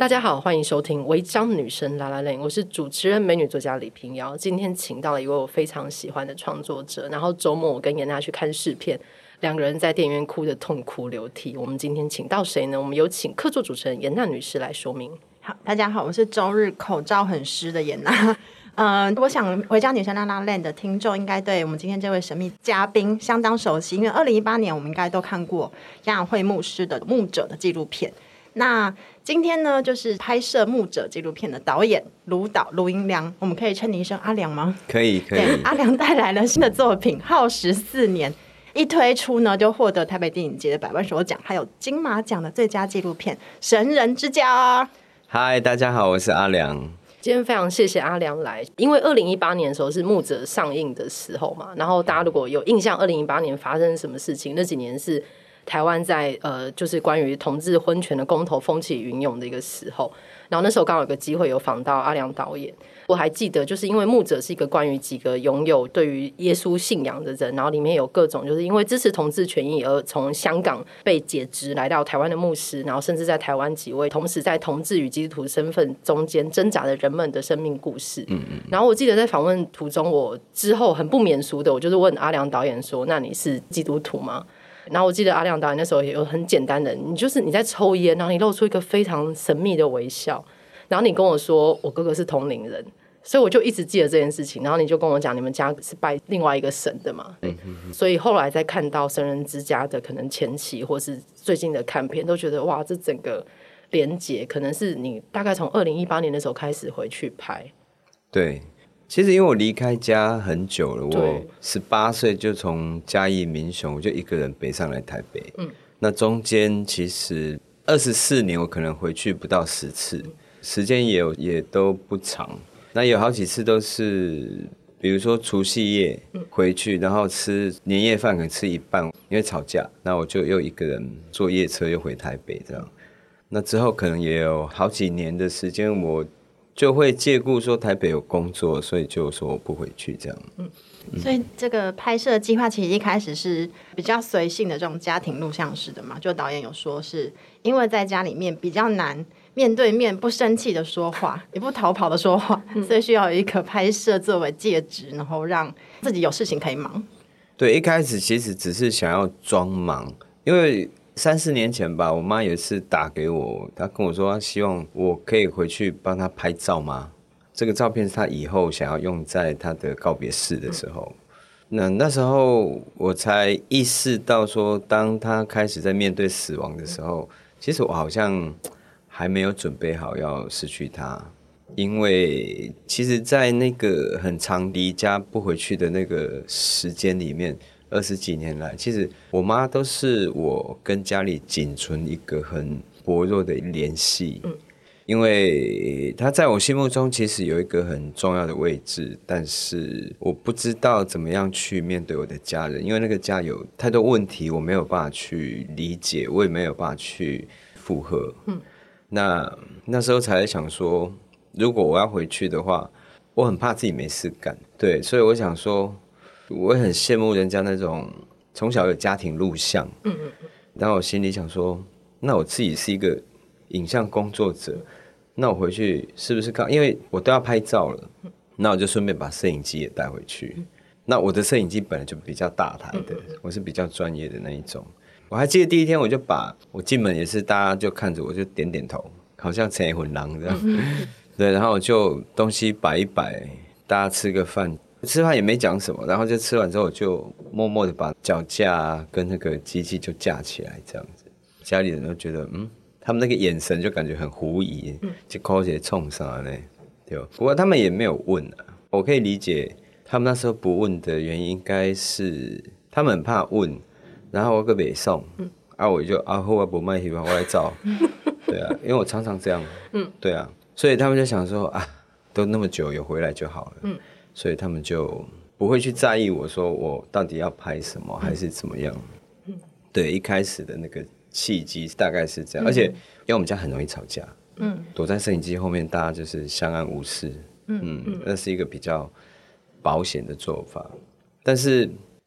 大家好，欢迎收听违章女生拉拉链，我是主持人美女作家李平遥。今天请到了一位我非常喜欢的创作者，然后周末我跟严娜去看试片，两个人在电影院哭得痛哭流涕。我们今天请到谁呢？我们有请客座主持人严娜女士来说明。 好，大家好，我是周日口罩很湿的严娜。我想违章女生拉拉链的听众应该对我们今天这位神秘嘉宾相当熟悉，因为2018年我们应该都看过杨雅慧牧师的《牧者》的纪录片。那今天呢，就是拍摄《牧者》纪录片的导演卢导卢英良，我们可以称你一声阿良吗？ 可以。 阿良带来了新的作品，耗时4年，一推出呢就获得台北电影节的百万首奖，还有金马奖的最佳纪录片《神人之家》。 嗨，大家好，我是阿良。 今天非常谢谢阿良来，因为2018年的时候是《牧者》上映的时候嘛，然后大家如果有印象2018年发生什么事情，那几年是台湾在就是关于同志婚权的公投风起云涌的一个时候，然后那时候刚好有个机会有访到阿良导演。我还记得就是因为《牧者》是一个关于几个拥有对于耶稣信仰的人，然后里面有各种就是因为支持同志权益而从香港被解职来到台湾的牧师，然后甚至在台湾几位同时在同志与基督徒身份中间挣扎的人们的生命故事。然后我记得在访问途中，我之后很不免俗的我就是问阿良导演说，那你是基督徒吗？然后我记得阿良导演那时候也有很简单的，你在抽烟，然后你露出一个非常神秘的微笑，然后你跟我说我哥哥是同龄人，所以我就一直记得这件事情。然后你就跟我讲你们家是拜另外一个神的嘛，所以后来再看到神人之家的可能前期或是最近的看片，都觉得哇，这整个连结可能是你大概从2018年的时候开始回去拍。 对，其实因为我离开家很久了，我18岁就从嘉义民雄我就一个人北上来台北。那中间其实24年我可能回去不到10次，时间也都不长。那有好几次都是比如说除夕夜回去，然后吃年夜饭可能吃一半，因为吵架，那我就又一个人坐夜车又回台北这样。那之后可能也有好几年的时间，我就会借故说台北有工作，所以就说我不回去这样。 所以这个拍摄计划其实一开始是比较随性的这种家庭录像式的嘛，就导演有说是因为在家里面比较难面对面不生气的说话，也不逃跑的说话，所以需要有一个拍摄作为介质，然后让自己有事情可以忙。 对，一开始其实只是想要装忙，因为3-4年前吧，我妈有一次打给我，她跟我说她希望我可以回去帮她拍照吗？这个照片是她以后想要用在她的告别式的时候。那时候我才意识到说，当她开始在面对死亡的时候，其实我好像还没有准备好要失去她。因为其实在那个很长离家不回去的那个时间里面，20几年来，其实我妈都是我跟家里仅存一个很薄弱的联系。因为她在我心目中其实有一个很重要的位置，但是我不知道怎么样去面对我的家人，因为那个家有太多问题，我没有办法去理解，我也没有办法去负荷。那时候才想说，如果我要回去的话，我很怕自己没事干。对，所以我想说，我也很羡慕人家那种从小有家庭录像。然后我心里想说，那我自己是一个影像工作者，那我回去是不是因为我都要拍照了，那我就顺便把摄影机也带回去。那我的摄影机本来就比较大台的，我是比较专业的那一种。我还记得第一天我进门也是大家就看着我就点点头，好像陈混狼这样。对，然后我就东西摆一摆，大家吃个饭，吃饭也没讲什么，然后就吃完之后我就默默的把脚架跟那个机器就架起来这样子。家里人都觉得他们那个眼神就感觉很狐疑，这口姐冲啥呢？对，不过他们也没有问啊，我可以理解他们那时候不问的原因，应该是他们很怕问，然后我个没送，我就好我不卖戏吧，我来照。对啊，因为我常常这样，对啊，所以他们就想说都那么久有回来就好了，所以他们就不会去在意我说我到底要拍什么还是怎么样。对，一开始的那个契机大概是这样，而且因为我们家很容易吵架，躲在摄影机后面，大家就是相安无事，那是一个比较保险的做法。但是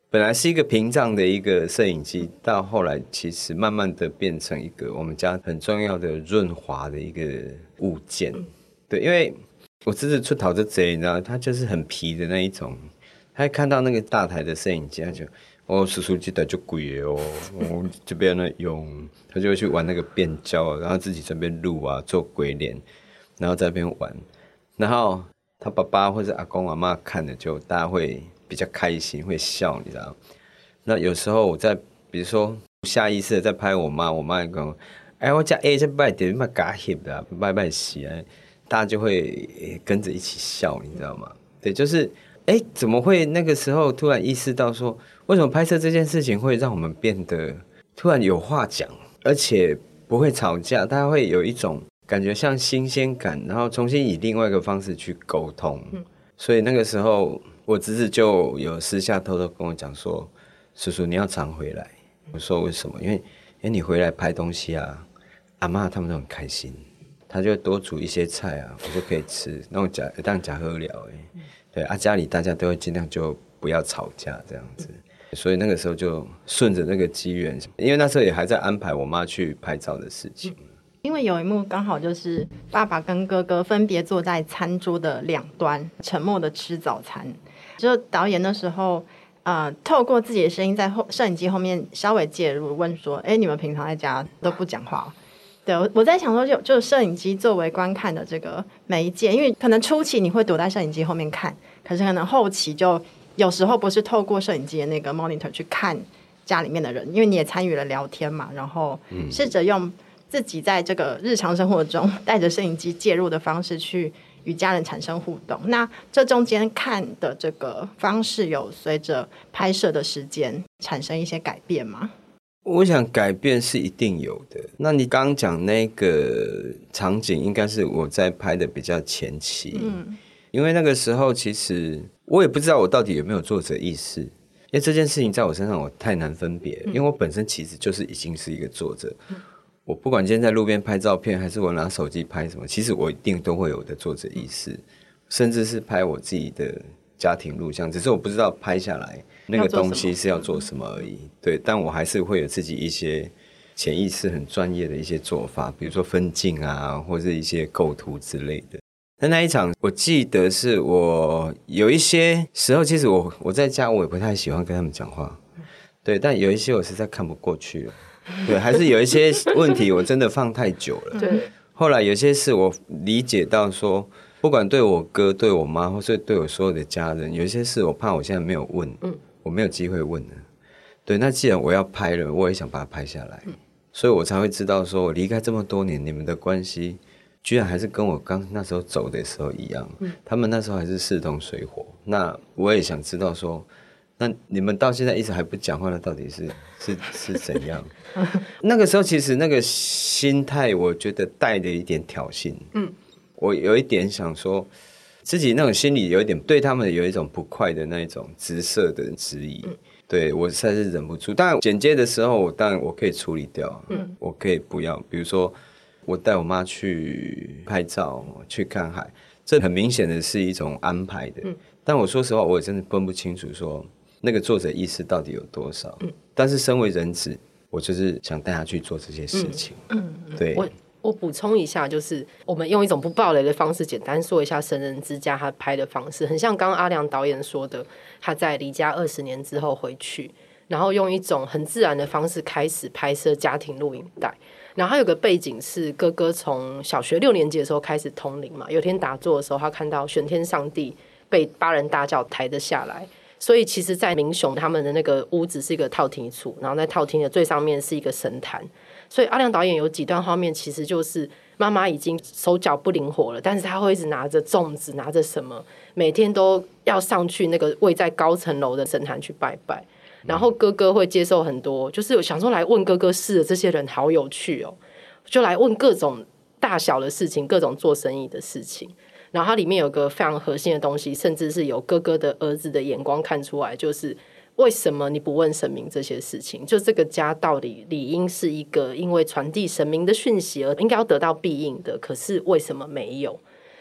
本来是一个屏障的一个摄影机，到后来其实慢慢的变成一个我们家很重要的润滑的一个物件。对，因为我侄子出头就贼，你知道，他就是很皮的那一种，他一看到那个大台的摄影机，他就叔叔这台就贵哦，这边那用，他就会去玩那个变焦，然后自己这边录啊，做鬼脸，然后在那边玩，然后他爸爸或者阿公阿嬷看了就大家会比较开心，会笑，你知道。那有时候我在比如说下意识的在拍我妈，我妈也跟我，我这这摆点嘛假翕的，摆死啊，大家就会跟着一起笑，你知道吗？对，就是怎么会那个时候突然意识到说，为什么拍摄这件事情会让我们变得突然有话讲，而且不会吵架，大家会有一种感觉像新鲜感，然后重新以另外一个方式去沟通。所以那个时候我侄子就有私下偷偷跟我讲说，叔叔你要常回来。我说为什么？因为你回来拍东西啊，阿嬷他们都很开心，他就多煮一些菜啊，我就可以吃，那种当假喝聊对啊，家里大家都会尽量就不要吵架这样子，所以那个时候就顺着那个机缘，因为那时候也还在安排我妈去拍照的事情。 因为有一幕刚好就是爸爸跟哥哥分别坐在餐桌的两端，沉默的吃早餐。就导演那时候，透过自己的声音在摄影机后面稍微介入，问说：“你们平常在家都不讲话？”对，我在想说就摄影机作为观看的这个媒介，因为可能初期你会躲在摄影机后面看，可是可能后期就有时候不是透过摄影机的那个 monitor 去看家里面的人，因为你也参与了聊天嘛，然后试着用自己在这个日常生活中带着摄影机介入的方式去与家人产生互动。那这中间看的这个方式有随着拍摄的时间产生一些改变吗？ 我想改变是一定有的。那你刚刚讲那个场景应该是我在拍的比较前期，因为那个时候其实我也不知道我到底有没有作者意识，因为这件事情在我身上我太难分别，因为我本身其实就是已经是一个作者，我不管今天在路边拍照片还是我拿手机拍什么，其实我一定都会有的作者意识，甚至是拍我自己的家庭录像，只是我不知道拍下来那个东西是要做什么而已。对，但我还是会有自己一些潜意识很专业的一些做法，比如说分镜啊，或者一些构图之类的。那一场我记得是我有一些时候，其实我在家我也不太喜欢跟他们讲话，对，但有一些我实在看不过去了，对，还是有一些问题我真的放太久了。 对， 后来有些事我理解到说，不管对我哥、对我妈，或是对我所有的家人，有一些事我怕我现在没有问，我没有机会问了。对，那既然我要拍了，我也想把它拍下来，所以我才会知道说，我离开这么多年，你们的关系居然还是跟我刚那时候走的时候一样，他们那时候还是势同水火。那我也想知道说，那你们到现在一直还不讲话，那到底是怎样？那个时候其实那个心态，我觉得带着一点挑衅。我有一点想说，自己那种心里有一点对他们有一种不快的那一种直射的质疑。对，我实在是忍不住。当然剪接的时候，当然我可以处理掉，我可以不要。比如说，我带我妈去拍照，去看海，这很明显的是一种安排的。但我说实话，我也真的分不清楚说那个作者意识到底有多少。但是身为人子，我就是想带他去做这些事情。对。 我补充一下，就是我们用一种不爆雷的方式简单说一下《神人之家》他拍的方式，很像刚刚阿良导演说的，他在离家20年之后回去，然后用一种很自然的方式开始拍摄家庭录影带。然后他有个背景是哥哥从小学6年级的时候开始通灵嘛，有天打坐的时候，他看到玄天上帝被8人大轿抬得下来。所以其实在民雄他们的那个屋子是一个套厅处，然后在套厅的最上面是一个神坛。所以阿亮导演有几段画面其实就是妈妈已经手脚不灵活了，但是他会一直拿着粽子拿着什么，每天都要上去那个位在高层楼的神坛去拜拜。然后哥哥会接受很多，就是有想说来问哥哥事的这些人好有趣哦，就来问各种大小的事情，各种做生意的事情。然后它里面有个非常核心的东西，甚至是有哥哥的儿子的眼光看出来，就是为什么你不问神明这些事情？就这个家到底理应是一个因为传递神明的讯息而应该要得到庇应的，可是为什么没有？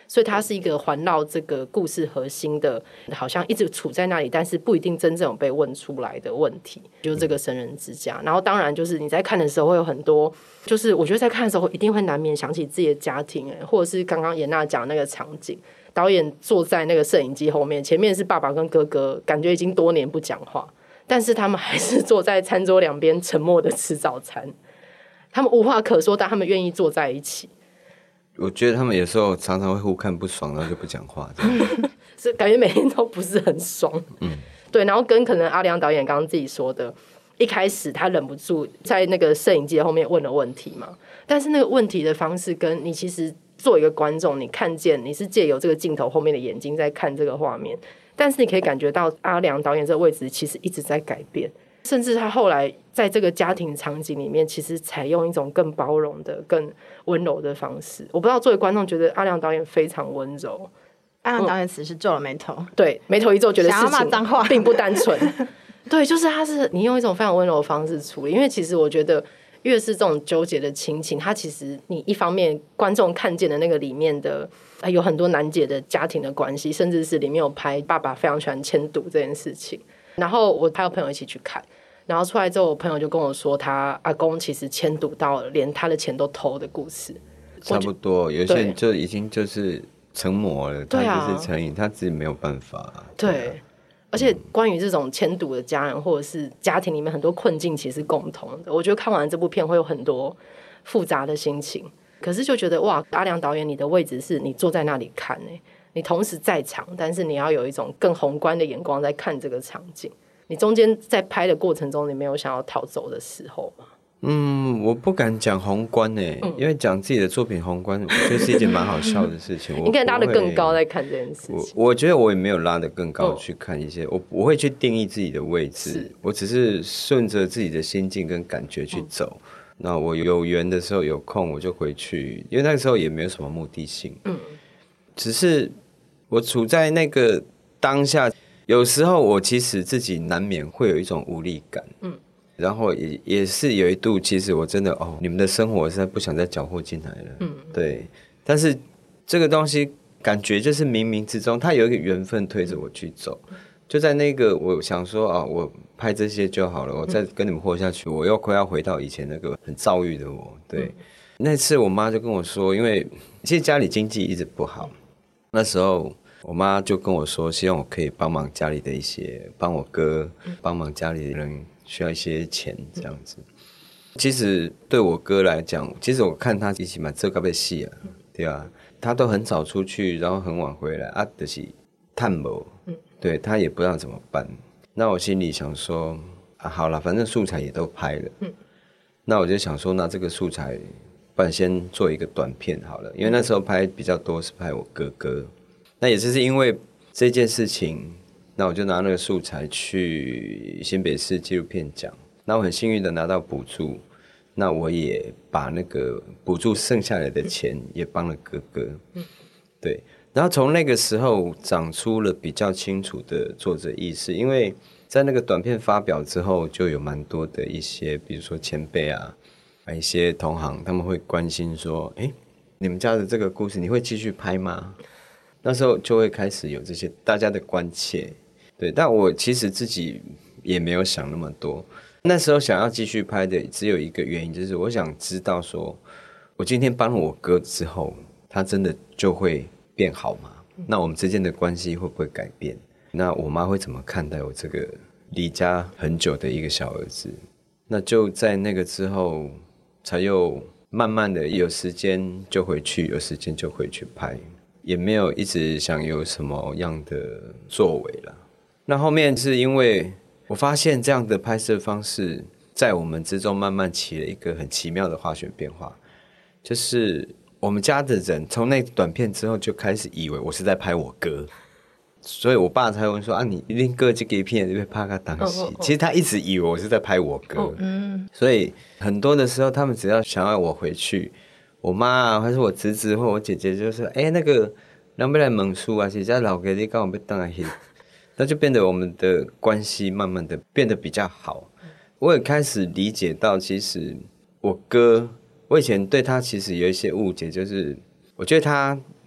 所以它是一个环绕这个故事核心的，好像一直处在那里，但是不一定真正有被问出来的问题，就是这个神人之家。然后当然就是你在看的时候会有很多，就是我觉得在看的时候一定会难免想起自己的家庭，或者是刚刚严娜讲那个场景，导演坐在那个摄影机后面，前面是爸爸跟哥哥，感觉已经多年不讲话，但是他们还是坐在餐桌两边沉默的吃早餐，他们无话可说，但他们愿意坐在一起。 我觉得他们有时候常常会互看不爽，然后就不讲话，这样是感觉每天都不是很爽。对，然后跟可能阿良导演刚刚自己说的，一开始他忍不住在那个摄影机后面问了问题嘛，但是那个问题的方式跟你其实做一个观众，你看见你是借由这个镜头后面的眼睛在看这个画面，但是你可以感觉到阿良导演这个位置其实一直在改变，甚至他后来在这个家庭场景里面，其实采用一种更包容的、更温柔的方式。我不知道作为观众觉得阿良导演非常温柔， 阿良导演此时皱了眉头， 对，眉头一皱，觉得事想要骂脏话情并不单纯。对，就是他是你用一种非常温柔的方式处理，因为其实我觉得越是这种纠结的亲情，他其实你一方面观众看见的那个里面的有很多难解的家庭的关系，甚至是里面有拍爸爸非常喜欢迁赌这件事情。然后我还有朋友一起去看，然后出来之后，我朋友就跟我说，他阿公其实迁赌到连他的钱都偷的故事。 差不多，有些人就已经就是成魔了，他就是成瘾，他自己没有办法。 对，而且关于这种迁赌的家人或者是家庭里面很多困境其实是共同的，我觉得看完这部片会有很多复杂的心情，可是就觉得哇，阿良导演你的位置是你坐在那里看你同时在场，但是你要有一种更宏观的眼光在看这个场景，你中间在拍的过程中你没有想要逃走的时候吗？ 我不敢讲宏观因为讲自己的作品宏观，我觉得是一件蛮好笑的事情。 应该拉得更高在看这件事情。 我觉得我也没有拉得更高去看一些，我会去定义自己的位置，我只是顺着自己的心境跟感觉去走。那我有缘的时候有空我就回去，因为那个时候也没有什么目的性。只是我处在那个当下，有时候我其实自己难免会有一种无力感。然后也是有一度，其实我真的你们的生活实在不想再搅和进来了。对。但是这个东西感觉就是冥冥之中，它有一个缘分推着我去走。就在那个我想说我拍这些就好了，我再跟你们活下去，我又快要回到以前那个很躁郁的我。对。那次我妈就跟我说，因为其实家里经济一直不好，那时候我妈就跟我说，希望我可以帮忙家里的一些，帮我哥，帮忙家里的人需要一些钱这样子。其实对我哥来讲，其实我看他一起嘛，这个被戏啊，对吧？他都很早出去，然后很晚回来就是探某，对他也不知道怎么办。那我心里想说好了，反正素材也都拍了，那我就想说，那这个素材不然先做一个短片好了，因为那时候拍比较多是拍我哥哥。那也就是因为这件事情，那我就拿那个素材去新北市纪录片奖，那我很幸运的拿到补助，那我也把那个补助剩下来的钱也帮了哥哥。对，然后从那个时候长出了比较清楚的作者意识，因为在那个短片发表之后，就有蛮多的一些，比如说前辈一些同行，他们会关心说，你们家的这个故事你会继续拍吗？那时候就会开始有这些大家的关切。对，但我其实自己也没有想那么多。那时候想要继续拍的只有一个原因，就是我想知道说，我今天帮了我哥之后，他真的就会变好吗？那我们之间的关系会不会改变？那我妈会怎么看待我这个离家很久的一个小儿子？那就在那个之后，才又慢慢的有时间就回去，有时间就回去拍，也没有一直想有什么样的作为啦。那后面是因为我发现这样的拍摄方式在我们之中慢慢起了一个很奇妙的化学变化，就是我们家的人从那短片之后就开始以为我是在拍我哥，所以我爸才问说你一定哥这个片会拍他当戏，其实他一直以为我是在拍我哥。所以很多的时候他们只要想要我回去，我妈还是我侄子或我姐姐就说那个人要来问书啊，是在老哥你刚好被当来去，那就变得我们的关系慢慢的变得比较好。我也开始理解到，其实我哥，我以前对他其实有一些误解，就是我觉得他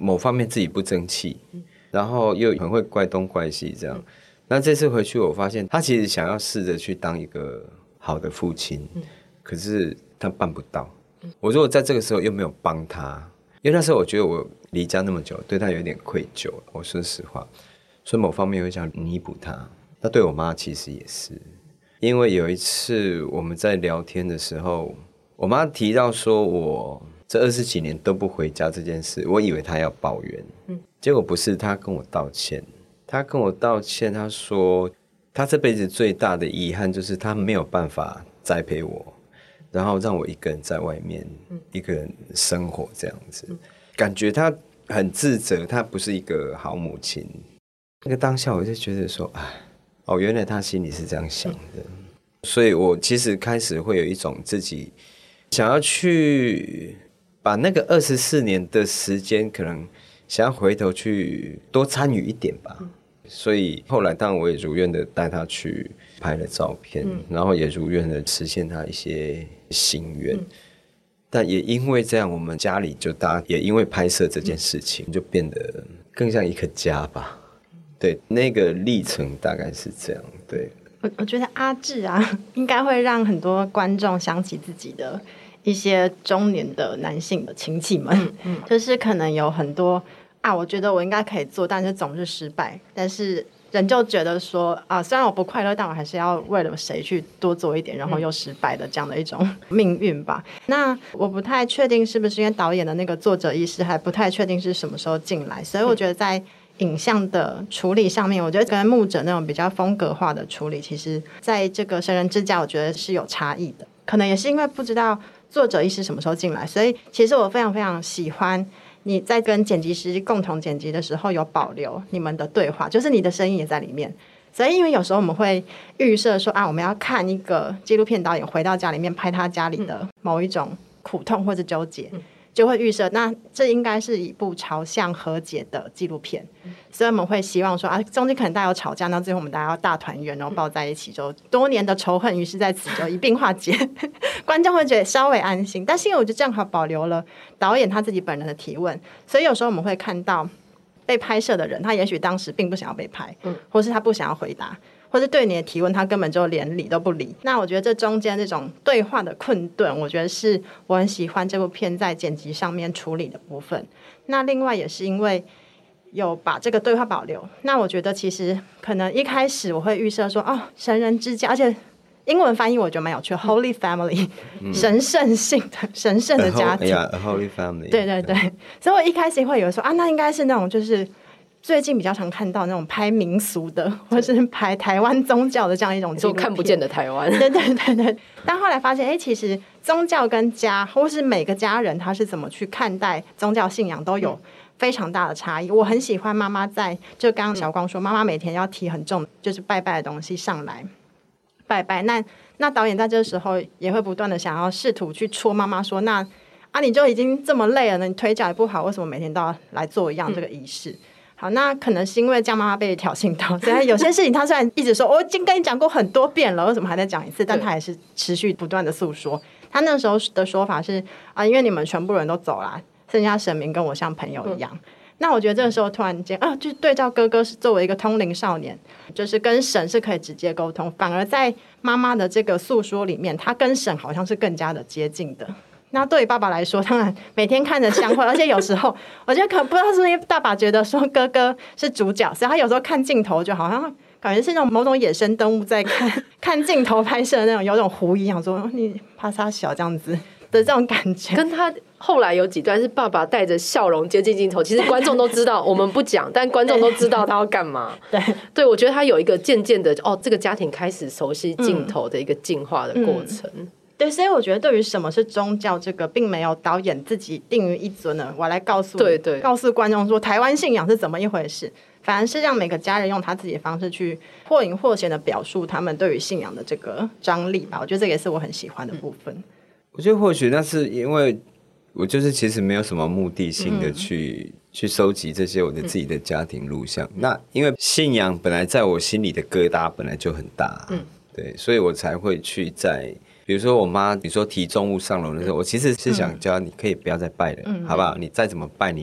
某方面自己不争气，然后又很会怪东怪西这样。那这次回去我发现他其实想要试着去当一个好的父亲，可是他办不到。我如果在这个时候又没有帮他，因为那时候我觉得我离家那么久，对他有点愧疚，我说实话，所以某方面会想弥补他。那对我妈其实也是，因为有一次我们在聊天的时候，我妈提到说我这20几年都不回家这件事，我以为她要抱怨，结果不是，她跟我道歉。她跟我道歉，她说她这辈子最大的遗憾就是她没有办法栽培我，然后让我一个人在外面，一个人生活这样子，感觉她很自责，她不是一个好母亲。那个当下我就觉得说，原来她心里是这样想的，所以我其实开始会有一种自己想要去把那个24年的时间，可能想要回头去多参与一点吧。所以后来当然我也如愿的带她去拍了照片，然后也如愿的实现她一些心愿。但也因为这样，我们家里就大家也因为拍摄这件事情，就变得更像一个家吧。对，那个历程大概是这样。对， 我觉得阿志啊，应该会让很多观众想起自己的一些中年的男性的亲戚们，就是可能有很多我觉得我应该可以做，但是总是失败，但是人就觉得说虽然我不快乐，但我还是要为了谁去多做一点，然后又失败的这样的一种命运吧。那我不太确定是不是因为导演的那个作者意识还不太确定是什么时候进来，所以我觉得在影像的处理上面，我觉得跟牧者那种比较风格化的处理，其实在这个神人之家我觉得是有差异的。可能也是因为不知道作者意识什么时候进来，所以其实我非常非常喜欢你在跟剪辑师共同剪辑的时候有保留你们的对话，就是你的声音也在里面。所以因为有时候我们会预设说我们要看一个纪录片导演回到家里面拍他家里的某一种苦痛或者纠结，就会预设那这应该是一部朝向和解的纪录片，所以我们会希望说中间可能大家有吵架，那最后我们大家要大团圆，然后抱在一起，就多年的仇恨于是在此就一并化解观众会觉得稍微安心。但是因为我就正好保留了导演他自己本人的提问，所以有时候我们会看到被拍摄的人他也许当时并不想要被拍，或是他不想要回答，或是对你的提问他根本就连理都不理。那我觉得这中间这种对话的困顿，我觉得是我很喜欢这部片在剪辑上面处理的部分。那另外也是因为有把这个对话保留，那我觉得其实可能一开始我会预设说神人之家，而且英文翻译我觉得蛮有趣的 Holy Family，神圣性的神圣的家庭 A Holy Family。 对对对，所以我一开始会以为说那应该是那种就是最近比较常看到那种拍民俗的，或是拍台湾宗教的这样一种纪录片， 看不见的台湾。 对对对对。但后来发现其实宗教跟家，或是每个家人他是怎么去看待宗教信仰都有非常大的差异。我很喜欢妈妈在就刚刚小光说妈妈每天要提很重就是拜拜的东西上来拜拜，那导演在这时候也会不断的想要试图去戳妈妈说那你就已经这么累了，你腿脚也不好，为什么每天都要来做一样这个仪式？好，那可能是因为这样妈妈被挑衅到，所以有些事情她虽然一直说我已经跟你讲过很多遍了，为什么还在讲一次，但她还是持续不断的诉说。她那时候的说法是因为你们全部人都走了，剩下神明跟我像朋友一样。那我觉得这个时候突然间就对照哥哥是作为一个通灵少年，就是跟神是可以直接沟通，反而在妈妈的这个诉说里面，他跟神好像是更加的接近的。那对于爸爸来说，当然每天看着相会，而且有时候我觉得可能不知道是不是爸爸觉得说哥哥是主角，所以他有时候看镜头就好像感觉是那种某种野生动物在看镜头拍摄的那种，有种狐疑，想说你怕他小这样子的这种感觉。 跟他后来有几段是爸爸带着笑容接近镜头，其实观众都知道我们不讲，但观众都知道他要干嘛。对，我觉得他有一个渐渐的这个家庭开始熟悉镜头的一个进化的过程。 对，所以我觉得对于什么是宗教这个并没有导演自己定于一尊呢，我来告诉告诉观众说台湾信仰是怎么一回事，反而是让每个家人用他自己的方式去或隐或显的表述他们对于信仰的这个张力吧。我觉得这也是我很喜欢的部分。 我觉得或许那是因为我就是其实没有什么目的性的去收集这些我的自己的家庭录像。那因为信仰本来在我心里的疙瘩本来就很大，对，所以我才会去在比如说我妈比如说提重物上楼的时候，我其实是想叫你可以不要再拜了，好不好？你再怎么拜你的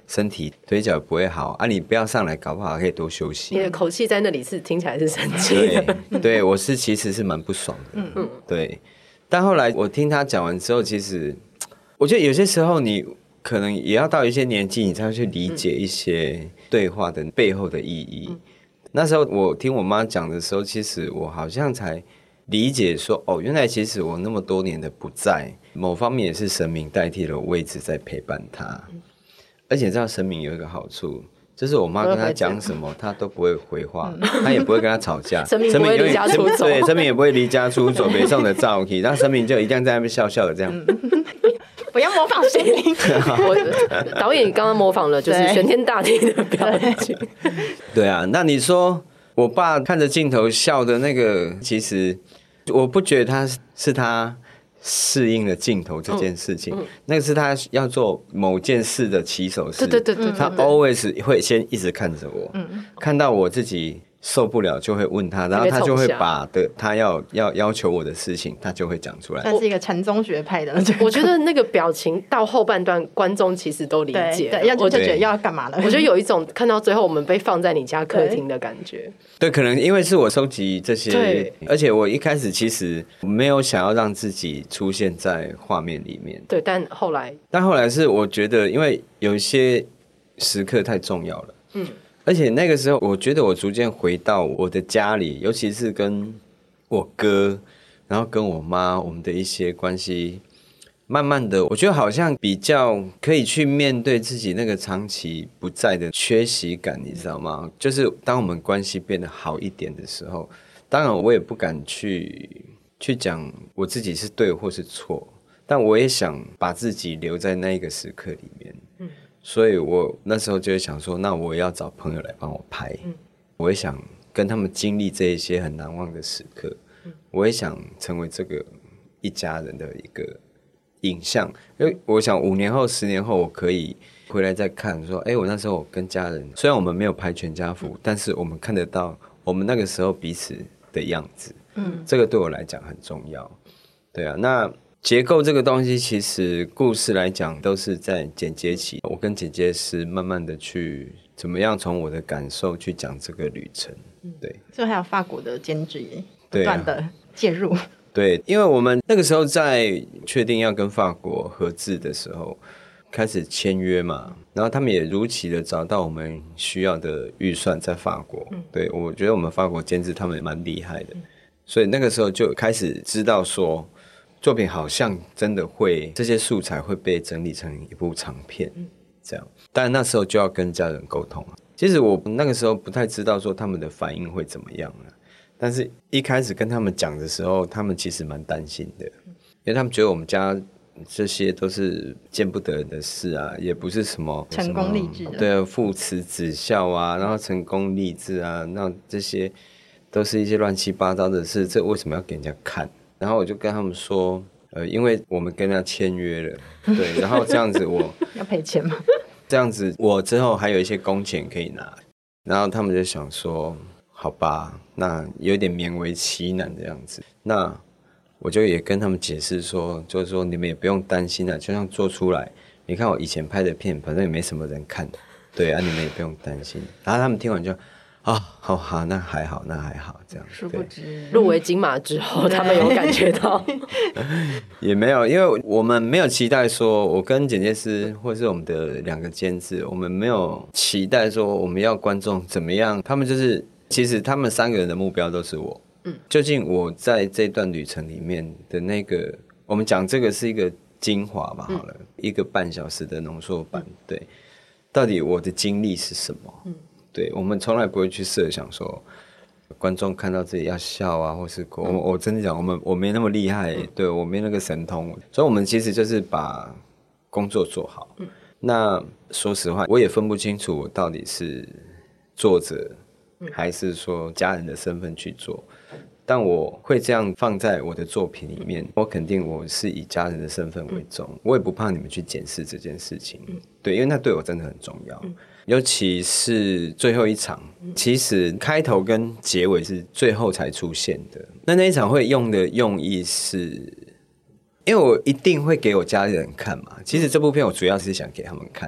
身体腿脚不会好啊，你不要上来，搞不好可以多休息。 你的口气在那里是听起来是生气的， 对，我是其实是蛮不爽的，对。但后来我听他讲完之后，其实我觉得有些时候你可能也要到一些年纪，你才会去理解一些对话的背后的意义。那时候我听我妈讲的时候，其实我好像才理解说，哦，原来其实我那么多年的不在，某方面也是神明代替了我一直在陪伴他。而且知道神明有一个好处，就是我妈跟他讲什么，他都不会回话，他也不会跟他吵架。 神明不会离家出走， 对，神明也不会离家出走，北宋的赵体，然后神明就一定在那边笑笑的这样。 不要模仿神明。 导演刚刚模仿了，就是玄天大帝的表情。 对啊，那你说我爸看着镜头笑的那个，其实我不觉得他是他适应了镜头这件事情，那个是他要做某件事的起手式。 对， 他 always 会先一直看着我，看到我自己受不了就会问他，然后他就会把他要求我的事情，他就会讲出来。 算是一个禅宗学派的。 我觉得那个表情到后半段，观众其实都理解。 对，我就觉得要干嘛了。 我觉得有一种看到最后我们被放在你家客厅的感觉。 对，可能因为是我收集这些，而且我一开始其实没有想要让自己出现在画面里面。 对，但后来是我觉得，因为有一些时刻太重要了。而且那个时候，我觉得我逐渐回到我的家里，尤其是跟我哥，然后跟我妈，我们的一些关系，慢慢的，我觉得好像比较可以去面对自己那个长期不在的缺席感，你知道吗？就是当我们关系变得好一点的时候，当然我也不敢去讲我自己是对或是错，但我也想把自己留在那一个时刻里面。所以我那时候就会想说，那我也要找朋友来帮我拍，我也想跟他们经历这一些很难忘的时刻，我也想成为这个一家人的一个影像，因为我想5年后、10年后，我可以回来再看，说，我那时候我跟家人，虽然我们没有拍全家福，但是我们看得到我们那个时候彼此的样子，这个对我来讲很重要。对啊，那结构这个东西，其实故事来讲都是在剪接期，我跟剪接师慢慢的去怎么样从我的感受去讲这个旅程。对， 所以还有法国的监制不断的介入。 对，因为我们那个时候在确定要跟法国合制的时候，开始签约嘛，然后他们也如期的找到我们需要的预算在法国。对，我觉得我们法国监制他们蛮厉害的，所以那个时候就开始知道说，作品好像真的会，这些素材会被整理成一部长片，这样。但那时候就要跟家人沟通。其实我那个时候不太知道说他们的反应会怎么样，但是一开始跟他们讲的时候，他们其实蛮担心的，因为他们觉得我们家这些都是见不得人的事啊，也不是什么成功励志的， 对，父慈子孝啊，然后成功励志啊，那这些都是一些乱七八糟的事，这为什么要给人家看？然后我就跟他们说，因为我们跟他签约了，对，然后这样子我要赔钱吗？ 这样子我之后还有一些工钱可以拿，然后他们就想说，好吧，那有点勉为其难的样子，那我就也跟他们解释说，就是说你们也不用担心了，就像做出来，你看我以前拍的片，反正也没什么人看，对啊，你们也不用担心。然后他们听完就。好，那还好，这样。 殊不知入围金马之后，他们有感觉到也没有，因为我们没有期待说，我跟剪接师或是我们的2个监制，我们没有期待说我们要观众怎么样，他们就是其实他们3个人的目标都是我。究竟我在这段旅程里面的那个，我们讲这个是一个精华吧，好了，1个半小时的浓缩版，对，到底我的经历是什么？对，我们从来不会去设想说观众看到这里要笑啊，或是我真的讲，我没那么厉害，对，我没那个神通，所以我们其实就是把工作做好。那说实话，我也分不清楚我到底是作者还是说家人的身份去做，但我会这样放在我的作品里面，我肯定我是以家人的身份为重，我也不怕你们去检视这件事情，对，因为那对我真的很重要。尤其是最后一场，其实开头跟结尾是最后才出现的。那一场会用的用意是，因为我一定会给我家里人看嘛。其实这部片我主要是想给他们看，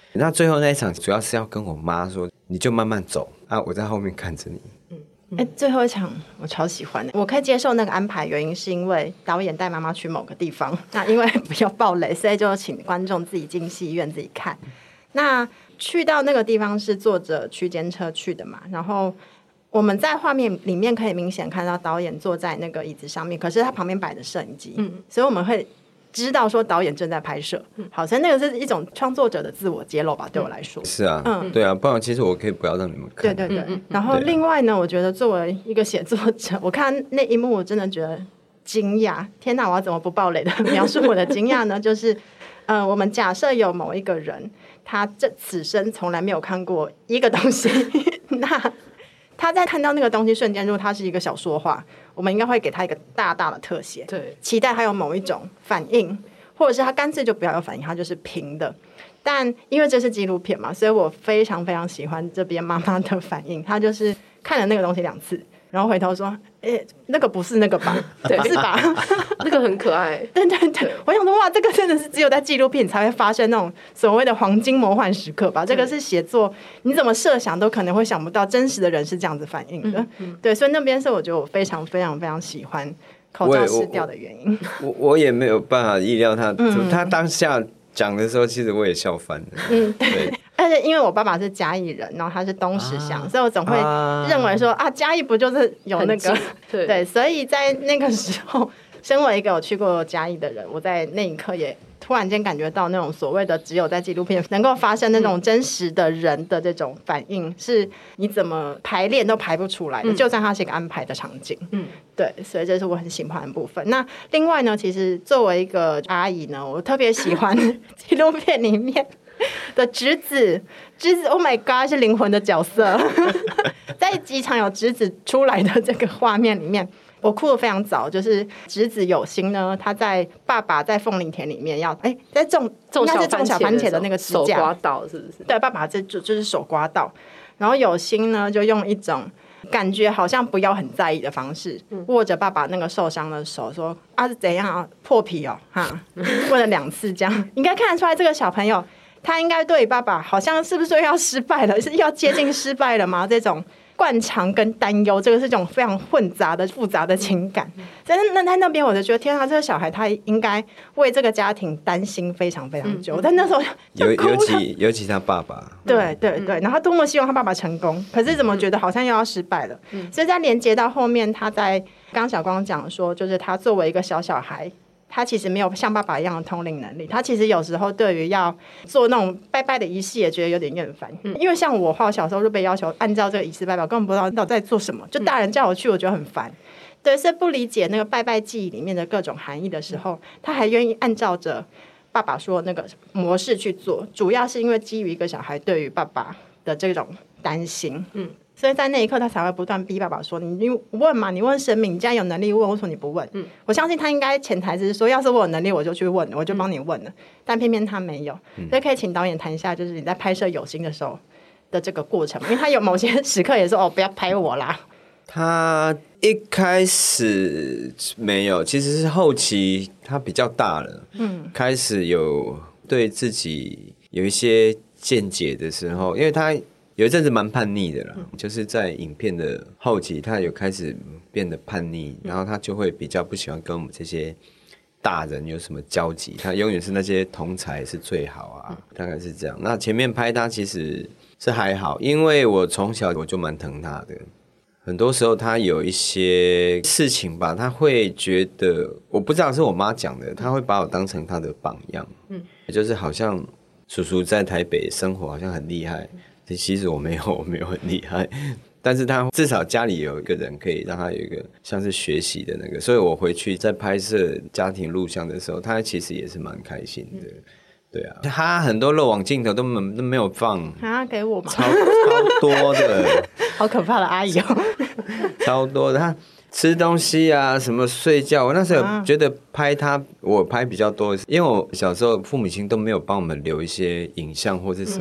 那最后那一场主要是要跟我妈说，你就慢慢走啊，我在后面看着你。 最后一场我超喜欢的，我可以接受那个安排，原因是因为导演带妈妈去某个地方，那因为不要爆雷，所以就请观众自己进戏院自己看。那去到那个地方是坐着区间车去的嘛，然后我们在画面里面可以明显看到导演坐在那个椅子上面，可是他旁边摆着摄影机，所以我们会知道说导演正在拍摄。好，所以那个是一种创作者的自我揭露吧，对我来说。 是啊，对啊，不然其实我可以不要让你们看。 对对对。然后另外呢，我觉得作为一个写作者，我看那一幕我真的觉得惊讶。天哪，我要怎么不爆雷的描述我的惊讶呢？就是我们假设有某一个人，他此生从来没有看过一个东西，那他在看到那个东西瞬间，如果他是一个小说话，我们应该会给他一个大大的特写， 对， 期待他有某一种反应，或者是他干脆就不要有反应，他就是平的。但因为这是纪录片嘛，所以我非常非常喜欢这边妈妈的反应，她就是看了那个东西2次，然后回头说：“那个不是那个吧？对，是吧？ 那个很可爱。” 对对对，我想说哇，这个真的是只有在纪录片才会发生那种所谓的黄金魔幻时刻吧？这个是写作，你怎么设想都可能会想不到，真实的人是这样子反应的。对，所以那边是我觉得我非常非常非常喜欢口罩湿掉的原因。 我也没有办法意料他当下讲的时候，其实我也笑翻了。对。 而且因为我爸爸是嘉义人，然后他是东石乡，所以我总会认为说嘉义不就是有那个对，所以在那个时候，身为一个有去过嘉义的人，我在那一刻也突然间感觉到那种所谓的只有在纪录片能够发生那种真实的人的这种反应，是你怎么排练都排不出来的，就算它是一个安排的场景。对，所以这是我很喜欢的部分。那另外呢，其实作为一个阿姨呢，我特别喜欢纪录片里面的侄子 ，Oh my God， 是灵魂的角色。在机场有侄子出来的这个画面里面，我哭得非常早。就是侄子有心呢，他在爸爸在凤梨田里面要在种应该是种小番茄的那个支架手刮到，是不是？ 对，爸爸就是手刮到，然后有心呢就用一种感觉好像不要很在意的方式，握着爸爸那个受伤的手说：“是怎样啊？破皮哦，哈！”问了2次，这样应该看得出来，这个小朋友他应该对爸爸好像是不是说要失败了，是要接近失败了吗？这种惯常跟担忧，这个是一种非常混杂的复杂的情感。在那边我就觉得天啊，这个小孩他应该为这个家庭担心非常非常久。但那时候尤其他爸爸， 对对对，然后他多么希望他爸爸成功，可是怎么觉得好像又要失败了。所以在连接到后面，他在刚小光讲说，就是他作为一个小孩，他其实没有像爸爸一样的通灵能力，他其实有时候对于要做那种拜拜的仪式也觉得有点厌烦。因为像我小时候就被要求按照这个仪式拜拜，根本不知道到底在做什么，就大人叫我去我觉得很烦。对，所以不理解那个拜拜记忆里面的各种含义的时候，他还愿意按照着爸爸说的那个模式去做，主要是因为基于一个小孩对于爸爸的这种担心。所以在那一刻他才会不断逼爸爸说：“你问嘛，你问神明，你既然有能力问，为什么你不问？”我相信他应该潜台词是说，要是我有能力我就去问，我就帮你问了。但偏偏他没有。所以可以请导演谈一下，就是你在拍摄有心的时候的这个过程，因为他有某些时刻也说：“不要拍我啦。” 他一开始没有，其实是后期他比较大了，开始有对自己有一些见解的时候，因为他有一阵子蛮叛逆的啦，就是在影片的后期，他有开始变得叛逆，然后他就会比较不喜欢跟我们这些大人有什么交集，他永远是那些同才是最好啊，大概是这样。那前面拍他其实是还好，因为我从小我就蛮疼他的，很多时候他有一些事情吧，他会觉得，我不知道是我妈讲的，他会把我当成他的榜样，就是好像叔叔在台北生活好像很厉害。其实我没有很厉害，但是他至少家里有一个人可以让他有一个像是学习的那个，所以我回去在拍摄家庭录像的时候，他其实也是蛮开心的。对啊，他很多漏网镜头都没有放给我吗？ 超多的， 好可怕的阿姨哦， 超多的。他吃东西啊，什么睡觉，我那时候觉得我拍比较多，因为我小时候父母亲都没有帮我们留一些影像或是什么。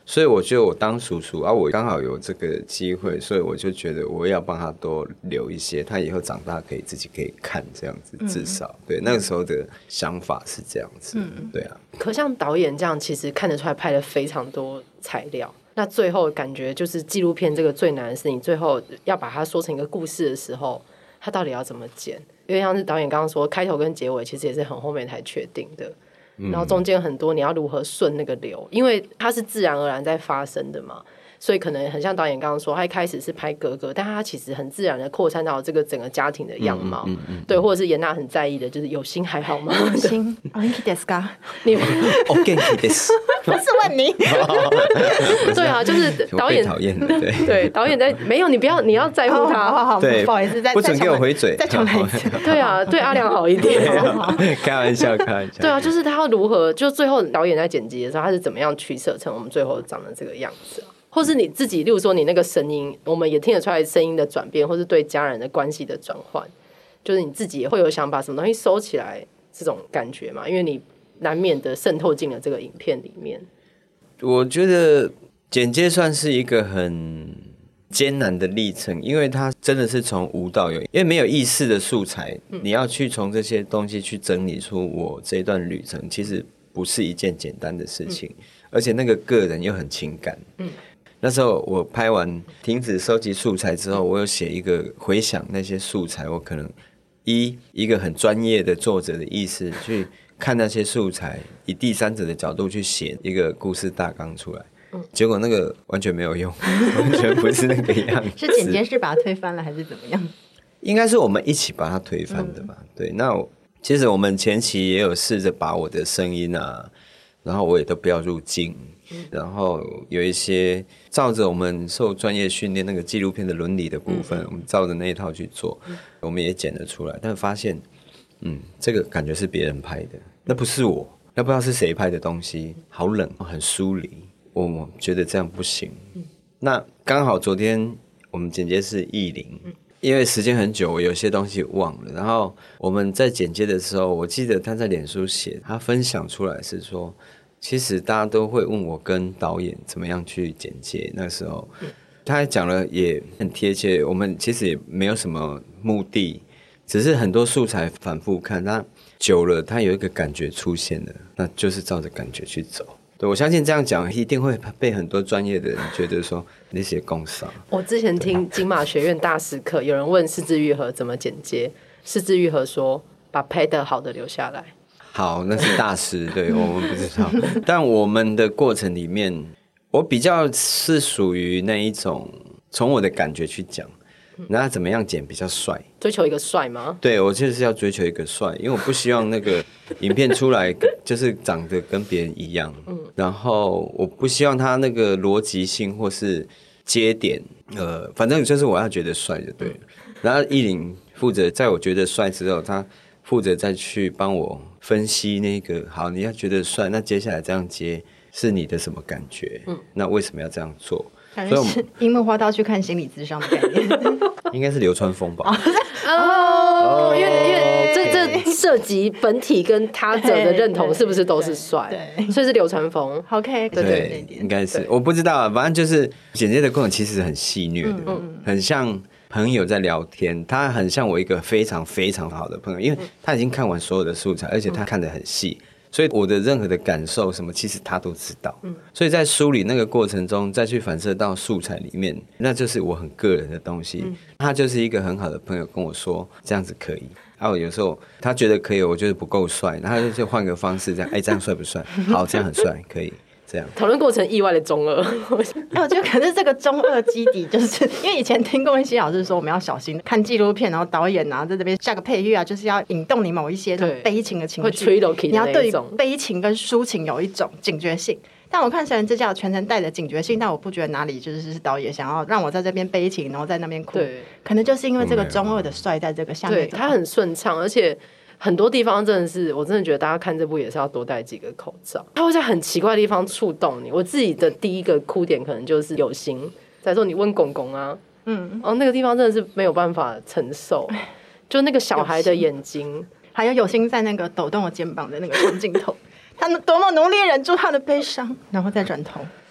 所以我觉得我当叔叔啊，我刚好有这个机会，所以我就觉得我要帮他多留一些，他以后长大自己可以看这样子，至少对那个时候的想法是这样子，对啊。 可像导演这样，其实看得出来拍了非常多材料。那最后感觉就是纪录片这个最难的是，你最后要把它说成一个故事的时候，它到底要怎么剪？因为像是导演刚刚说，开头跟结尾其实也是很后面才确定的。然后中间很多你要如何顺那个流，因为它是自然而然在发生的嘛，所以可能很像导演刚刚说，他一开始是拍哥哥，但他其实很自然的扩散到这个整个家庭的样貌，对，或者是严娜很在意的，就是有心还好吗？ 有心，お元気ですか？ 你お元気です。 不是问你。 对啊，就是导演讨厌的， 对，导演在没有你不要，你要在乎他， 好， 对， 不好意思， 不准给我回嘴， 再重来一次。 对啊，对阿良好一点。 开玩笑。 对啊，就是他要如何，就最后导演在剪辑的时候，他是怎么样取舍成我们最后长的这个样子啊？或是你自己，例如说你那个声音，我们也听得出来声音的转变，或是对家人的关系的转换，就是你自己也会有想把什么东西收起来这种感觉嘛？因为你难免的渗透进了这个影片里面。 我觉得剪接算是一个很艰难的历程，因为它真的是从无到有，因为没有意识的素材，你要去从这些东西去整理出我这一段旅程，其实不是一件简单的事情，而且那个个人又很情感。那时候我拍完停止收集素材之后，我有写一个回想那些素材，我可能一个很专业的作者的意思去看那些素材，以第三者的角度去写一个故事大纲出来。结果那个完全没有用，完全不是那个样子。 是剪接师把它推翻了，还是怎么样？ 应该是我们一起把它推翻的吧。对，那其实我们前期也有试着把我的声音啊，然后我也都不要入镜，然后有一些照着我们受专业训练那个纪录片的伦理的部分，我们照着那一套去做，我们也剪得出来，但发现，这个感觉是别人拍的，那不是我，那不知道是谁拍的东西，好冷，很疏离。我觉得这样不行。那刚好昨天我们剪接是艺林，因为时间很久，我有些东西忘了。然后我们在剪接的时候，我记得他在脸书写，他分享出来是说，其实大家都会问我跟导演怎么样去剪接。那时候他讲了也很贴切，我们其实也没有什么目的，只是很多素材反复看，他久了，他有一个感觉出现了，那就是照着感觉去走。对，我相信这样讲一定会被很多专业的人觉得说那些工伤。 我之前听金马学院大师课，有人问是枝裕和怎么剪接，是枝裕和说把拍得好的留下来。 好，那是大师，对，我们不知道。但我们的过程里面，我比较是属于那一种从我的感觉去讲。那怎么样剪比较帅？ 追求一个帅吗？ 对，我就是要追求一个帅，因为我不希望那个影片出来就是长得跟别人一样，然后我不希望他那个逻辑性或是接点，反正就是我要觉得帅就对了。然后艺林负责在我觉得帅之后，他负责再去帮我分析那个好，你要觉得帅，那接下来这样接是你的什么感觉？那为什么要这样做？ 感觉是樱木花道去看心理咨商的概念， 应该是流川枫吧？ 因为这涉及本体跟他者的认同是不是都是帅？对，所以是流川枫。 OK， 对，应该是我不知道，反正就是剪接的过程其实很戏谑的，很像朋友在聊天，他很像我一个非常非常好的朋友，因为他已经看完所有的素材，而且他看得很细。所以我的任何的感受什么，其实他都知道。所以在梳理那个过程中，再去反射到素材里面，那就是我很个人的东西。他就是一个很好的朋友跟我说这样子可以。然后有时候他觉得可以，我觉得不够帅，然后就换个方式这样，这样帅不帅？好，这样很帅，可以。这样讨论过程意外的中二， 我觉得可是这个中二基底，就是因为以前听过一些老师说，我们要小心看纪录片，然后导演啊在这边下个配乐啊，就是要引动你某一些悲情的情绪，你要对悲情跟抒情有一种警觉性。但我看《神人之家》全程带着警觉性，但我不觉得哪里就是导演想要让我在这边悲情，然后在那边哭，可能就是因为这个中二的帅在这个下面， 对他很顺畅，而且。很多地方真的是，我真的觉得大家看这部也是要多戴几个口罩。他会在很奇怪的地方触动你。我自己的第一个哭点可能就是有心，再说你问公公啊，那个地方真的是没有办法承受，就那个小孩的眼睛， 还有心在那个抖动的肩膀的那个长镜头，他多么努力忍住他的悲伤，然后再转头。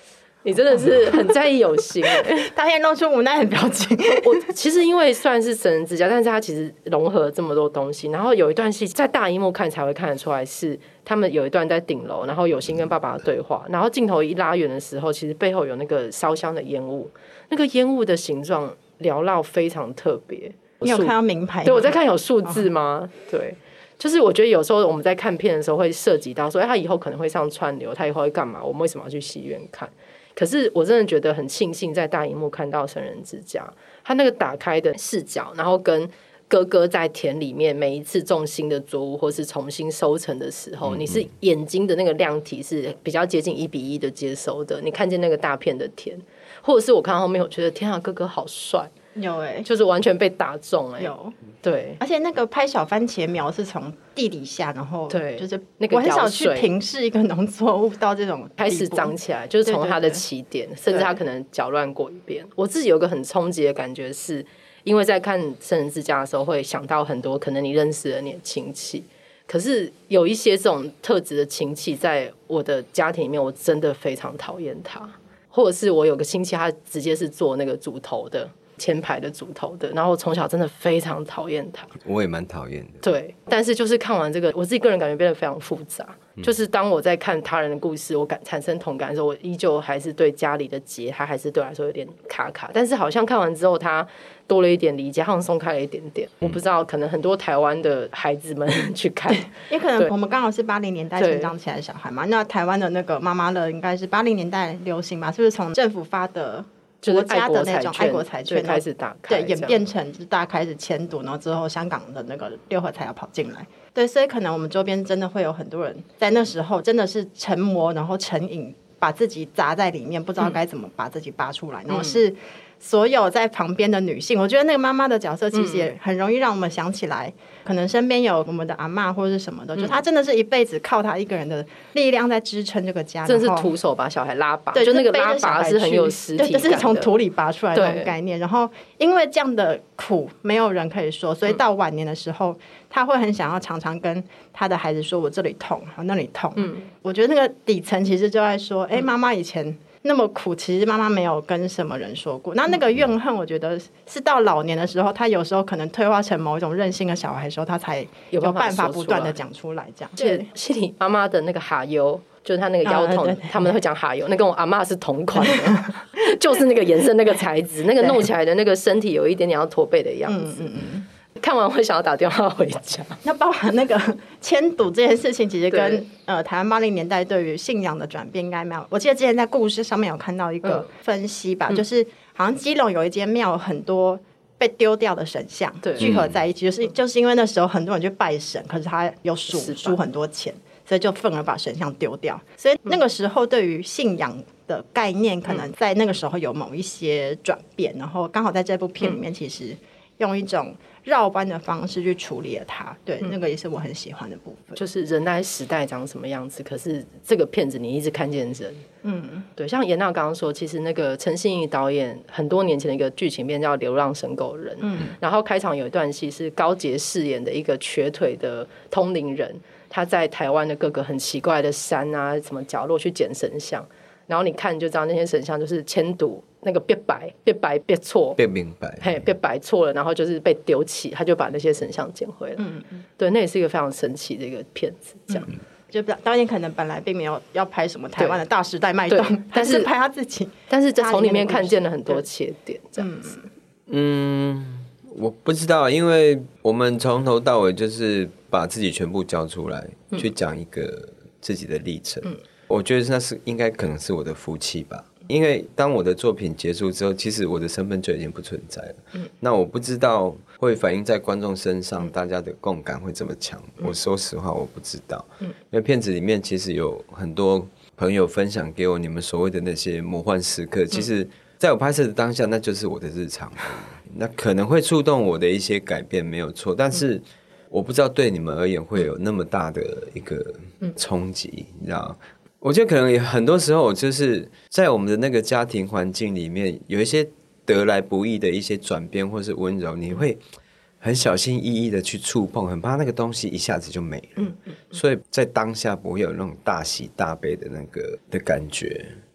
你真的是很在意有心他现在露出无奈的表情。 我其实因为虽然是神人之家，但是它其实融合了这么多东西。然后有一段戏在大荧幕看才会看得出来，是他们有一段在顶楼，然后有心跟爸爸的对话，然后镜头一拉远的时候，其实背后有那个烧香的烟雾，那个烟雾的形状缭绕非常特别。 你有看到名牌吗？ 对，我在看有数字吗？对。就是我觉得有时候我们在看片的时候会涉及到说，他以后可能会上串流，他以后会干嘛？我们为什么要去戏院看？可是我真的觉得很庆幸在大荧幕看到《神人之家》，他那个打开的视角，然后跟哥哥在田里面每一次种新的作物或是重新收成的时候，你是眼睛的那个量体是比较接近1:1的接收的，你看见那个大片的田，或者是我看到后面，我觉得天啊，哥哥好帅。 有就是完全被打中有对， 而且那个拍小番茄苗是从地底下，然后对， 就是那个我很少去平视一个农作物到这种开始长起来，就是从它的起点，甚至它可能搅乱过一遍。我自己有个很冲击的感觉是，因为在看《神人之家》的时候，会想到很多可能你认识的你的亲戚，可是有一些这种特质的亲戚，在我的家庭里面，我真的非常讨厌他，或者是我有个亲戚，他直接是做那个组头的。前排的组头的，然后我从小真的非常讨厌他， 我也蛮讨厌的。 对，但是就是看完这个，我自己个人感觉变得非常复杂。就是当我在看他人的故事，我产生同感的时候，我依旧还是对家里的结，他还是对我来说有点卡卡。但是好像看完之后，他多了一点理解，好像松开了一点点。我不知道，可能很多台湾的孩子们去看， 也可能我们刚好是80年代成长起来的小孩嘛。那台湾的那个妈妈乐应该是80年代流行吧？是不是从政府发的？国家的那种爱国彩券开始打开， 对，演变成就是大家开始迁赌，然后之后香港的那个6合彩要跑进来，对，所以可能我们周边真的会有很多人在那时候真的是成魔，然后成瘾，把自己砸在里面，不知道该怎么把自己拔出来，然后是所有在旁边的女性，我觉得那个妈妈的角色其实也很容易让我们想起来，可能身边有我们的阿嬷或者是什么的，就她真的是一辈子靠她一个人的力量在支撑这个家， 真的是徒手把小孩拉拔， 对， 就那个拉拔是很有实体感的， 就是从土里拔出来的那种概念。然后因为这样的苦没有人可以说，所以到晚年的时候，他会很想要常常跟他的孩子说：“我这里痛，我那里痛。”我觉得那个底层其实就在说：“哎，妈妈以前那么苦，其实妈妈没有跟什么人说过。那个怨恨，我觉得是到老年的时候，他有时候可能退化成某一种任性的小孩的时候，他才有办法不断的讲出来。这样， 对，心里妈妈的那个哈油，就是他那个腰痛，他们会讲哈油，那跟我阿嬷是同款的，就是那个颜色、那个材质、那个弄起来的那个身体有一点点要驼背的样子。看完会想要打电话回家。 那包含那个迁赌这件事情，其实跟台湾80年代对于信仰的转变应该没有。我记得之前在故事上面有看到一个分析吧，就是好像基隆有一间庙有很多被丢掉的神像聚合在一起，就是因为那时候很多人去拜神，可是他有输很多钱，所以就愤而把神像丢掉。所以那个时候对于信仰的概念，可能在那个时候有某一些转变，然后刚好在这部片里面，其实用一种绕弯的方式去处理了它，对，那个也是我很喜欢的部分。 就是人在时代长什么样子，可是这个片子你一直看见人。对，像严娜刚刚说，其实那个陈信义导演很多年前的一个剧情片叫《流浪神狗人》，然后开场有一段戏是高捷饰演的一个瘸腿的通灵人，他在台湾的各个很奇怪的山啊什么角落去捡神像，然后你看就知道那些神像就是迁赌。那个别白别错别明白， 嘿，别白错了，然后就是被丢弃，他就把那些神像捡回来。对，那也是一个非常神奇的一个片子，这样。 就导演可能本来并没有要拍什么台湾的大时代脉动，但是拍他自己， 但是从里面看见了很多切点，这样子。 我不知道，因为我们从头到尾就是把自己全部交出来，去讲一个自己的历程。我觉得那是应该可能是我的福气吧。因为当我的作品结束之后，其实我的身份就已经不存在了。那我不知道会反映在观众身上，大家的共感会这么强。我说实话，我不知道。因为片子里面其实有很多朋友分享给我你们所谓的那些魔幻时刻，其实在我拍摄的当下，那就是我的日常而已。那可能会触动我的一些改变，没有错。但是我不知道对你们而言会有那么大的一个冲击，你知道？我觉得可能也很多时候就是在我们的那个家庭环境里面，有一些得来不易的一些转变或是温柔，你会很小心翼翼的去触碰，很怕那个东西一下子就没了。所以在当下不会有那种大喜大悲的那个的感觉。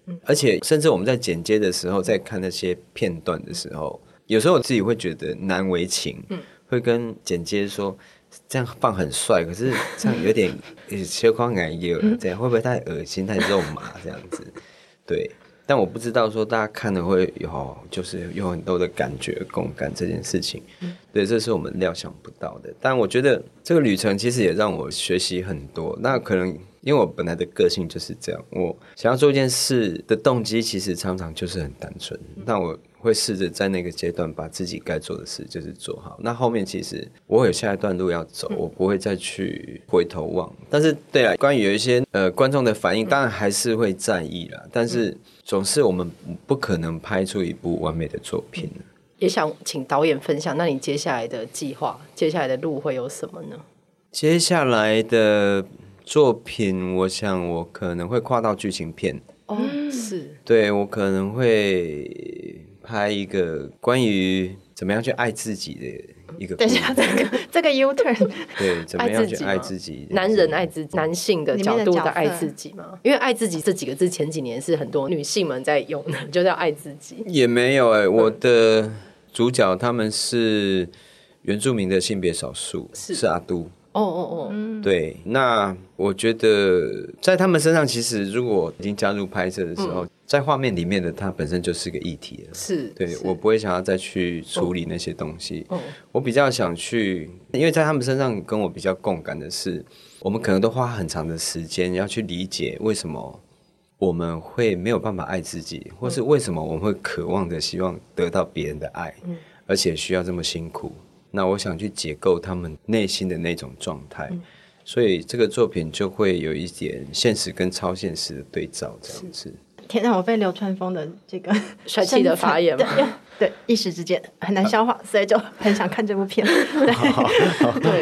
而且甚至我们在剪接的时候，在看那些片段的时候，有时候我自己会觉得难为情，会跟剪接说这样放很帅，可是这样有点切框感有这样会不会太恶心、太肉麻这样子？对。但我不知道说大家看了会就是有很多的感觉共感这件事情，对，这是我们料想不到的。但我觉得这个旅程其实也让我学习很多。那可能因为我本来的个性就是这样，我想要做一件事的动机其实常常就是很单纯。那我会试着在那个阶段把自己该做的事就是做好。那后面其实我有下一段路要走，我不会再去回头望。但是对了，关于有一些观众的反应，当然还是会在意啦。但是总是我们不可能拍出一部完美的作品。 也想请导演分享，那你接下来的计划、接下来的路会有什么呢？ 接下来的作品，我想我可能会跨到剧情片。 是， 对，我可能会拍一个关于怎么样去爱自己的一个。 等一下，这个 U-turn， 对，怎么样去爱自己？ 男人爱自己，男性的角度的爱自己嘛？因为爱自己这几个字前几年是很多女性们在用的，就叫爱自己。 也没有我的主角他们是原住民的性别少数，是阿都。对，那我觉得在他们身上，其实如果已经加入拍摄的时候，在画面里面的它本身就是个议题了。对，我不会想要再去处理那些东西。我比较想去，因为在他们身上跟我比较共感的是，我们可能都花很长的时间要去理解为什么我们会没有办法爱自己，或是为什么我们会渴望的希望得到别人的爱，而且需要这么辛苦。那我想去解构他们内心的那种状态，所以这个作品就会有一点现实跟超现实的对照，这样子。 天哪，我被流川枫的这个帅气的发言对，一时之间很难消化，所以就很想看这部片。 对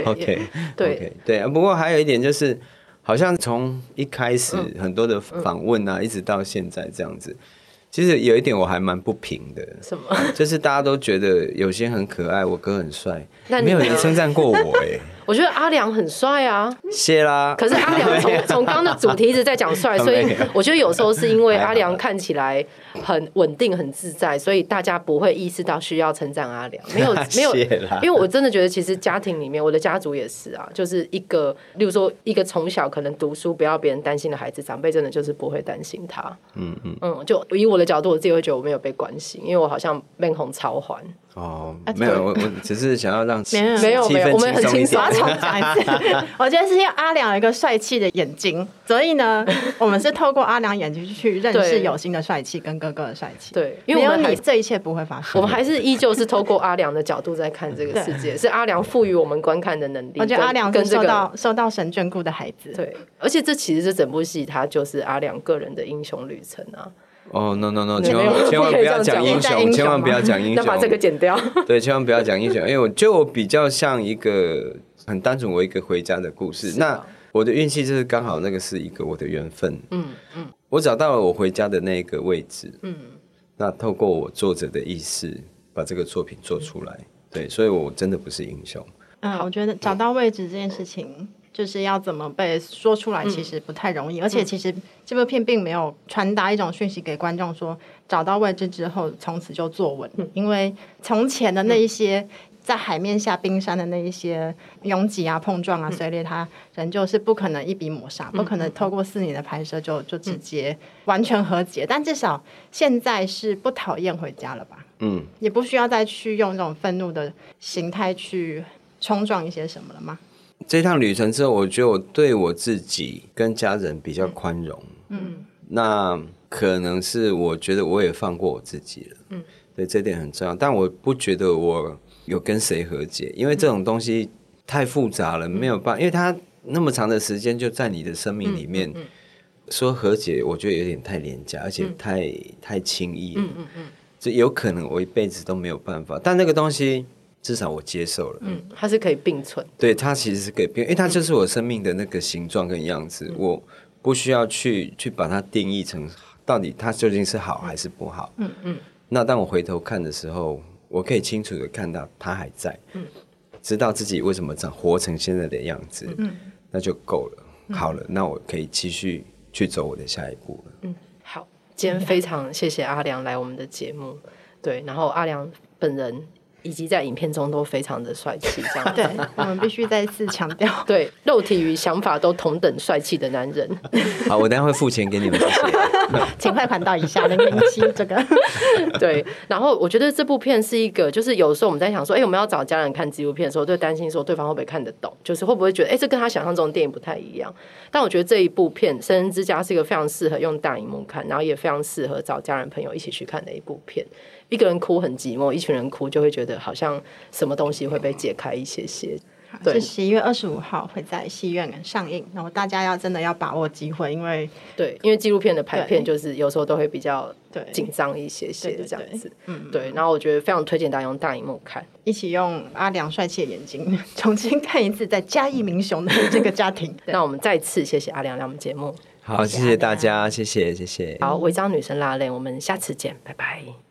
，OK，不过还有一点就是，好像从一开始很多的访问啊，一直到现在这样子。其实有一点我还蛮不平的， 什么？ 就是大家都觉得有些很可爱，我哥很帅，没有人称赞过我我觉得阿良很帅啊， 谢啦。 可是阿良从刚刚的主题一直在讲帅，所以我觉得有时候是因为阿良看起来很稳定、很自在，所以大家不会意识到需要称赞阿良。没有，因为我真的觉得其实家庭里面，我的家族也是啊，就是一个，例如说一个从小可能读书不要别人担心的孩子，长辈真的就是不会担心他。就以我的角度，我自己会觉得我没有被关心，因为我好像面红超环。 没有，我只是想要让没有，我们很轻松。 我要重讲一次，我觉得是因为阿良有一个帅气的眼睛，所以呢，我们是透过阿良眼睛去认识有心的帅气跟哥哥的帅气。 对，因为我们这一切不会发生。 我们还是依旧是透过阿良的角度在看这个世界，是阿良赋予我们观看的能力。 我觉得阿良是受到神眷顾的孩子。 对，而且这其实是整部戏，它就是阿良个人的英雄旅程啊。 no， 千万不要讲英雄，千万不要讲英雄， 那把这个剪掉。 对，千万不要讲英雄，因为我比较像一个很单纯，我一个回家的故事。那我的运气就是刚好那个是一个我的缘分。我找到了我回家的那个位置。那透过我作者的意识，把这个作品做出来。对，所以我真的不是英雄。 我觉得找到位置这件事情。就是要怎么被说出来，其实不太容易，而且其实这部片并没有传达一种讯息给观众说，找到位置之后从此就坐稳，因为从前的那一些在海面下冰山的那一些拥挤啊、碰撞啊、碎裂，它仍旧是不可能一笔抹杀，不可能透过4年的拍摄就直接完全和解，但至少现在是不讨厌回家了吧？也不需要再去用这种愤怒的形态去冲撞一些什么了吗？ 这趟旅程之后，我觉得我对我自己跟家人比较宽容。那可能是我觉得我也放过我自己了。对，这点很重要。但我不觉得我有跟谁和解，因为这种东西太复杂了，没有办法，因为它那么长的时间就在你的生命里面，说和解，我觉得有点太廉价，而且太轻易了。这有可能我一辈子都没有办法，但那个东西。至少我接受了， 它是可以并存。 对，它其实是可以并，因为它就是我生命的那个形状跟样子，我不需要去把它定义成到底它究竟是好还是不好。那当我回头看的时候，我可以清楚的看到它还在，知道自己为什么活成现在的样子，那就够了，好了，那我可以继续去走我的下一步了。 好。 今天非常谢谢阿良来我们的节目，对，然后阿良本人以及在影片中都非常的帅气，这样子。 对，我们必须再次强调， 对，肉体与想法都同等帅气的男人。 好，我等一下会付钱给你们，谢谢。 请汇款到以下007这个。 对，然后我觉得这部片是一个，就是有时候我们在想说，我们要找家人看纪录片的时候，就担心说对方会不会看得懂，就是会不会觉得，这跟他想象中的电影不太一样。但我觉得这一部片《生人之家》是一个非常适合用大荧幕看，然后也非常适合找家人朋友一起去看的一部片。一个人哭很寂寞，一群人哭就会觉得好像什么东西会被解开一些些。 是11月25号会在戏院上映，然后大家真的要把握机会，因为纪录片的排片就是有时候都会比较紧张一些些这样子。对，然后我觉得非常推荐大家用大荧幕看， 一起用阿良帅气的眼睛重新看一次在嘉义民雄的这个家庭。 那我们再次谢谢阿良来我们节目。 好，谢谢大家，谢谢。 好，违章女生拉链，我们下次见，拜拜。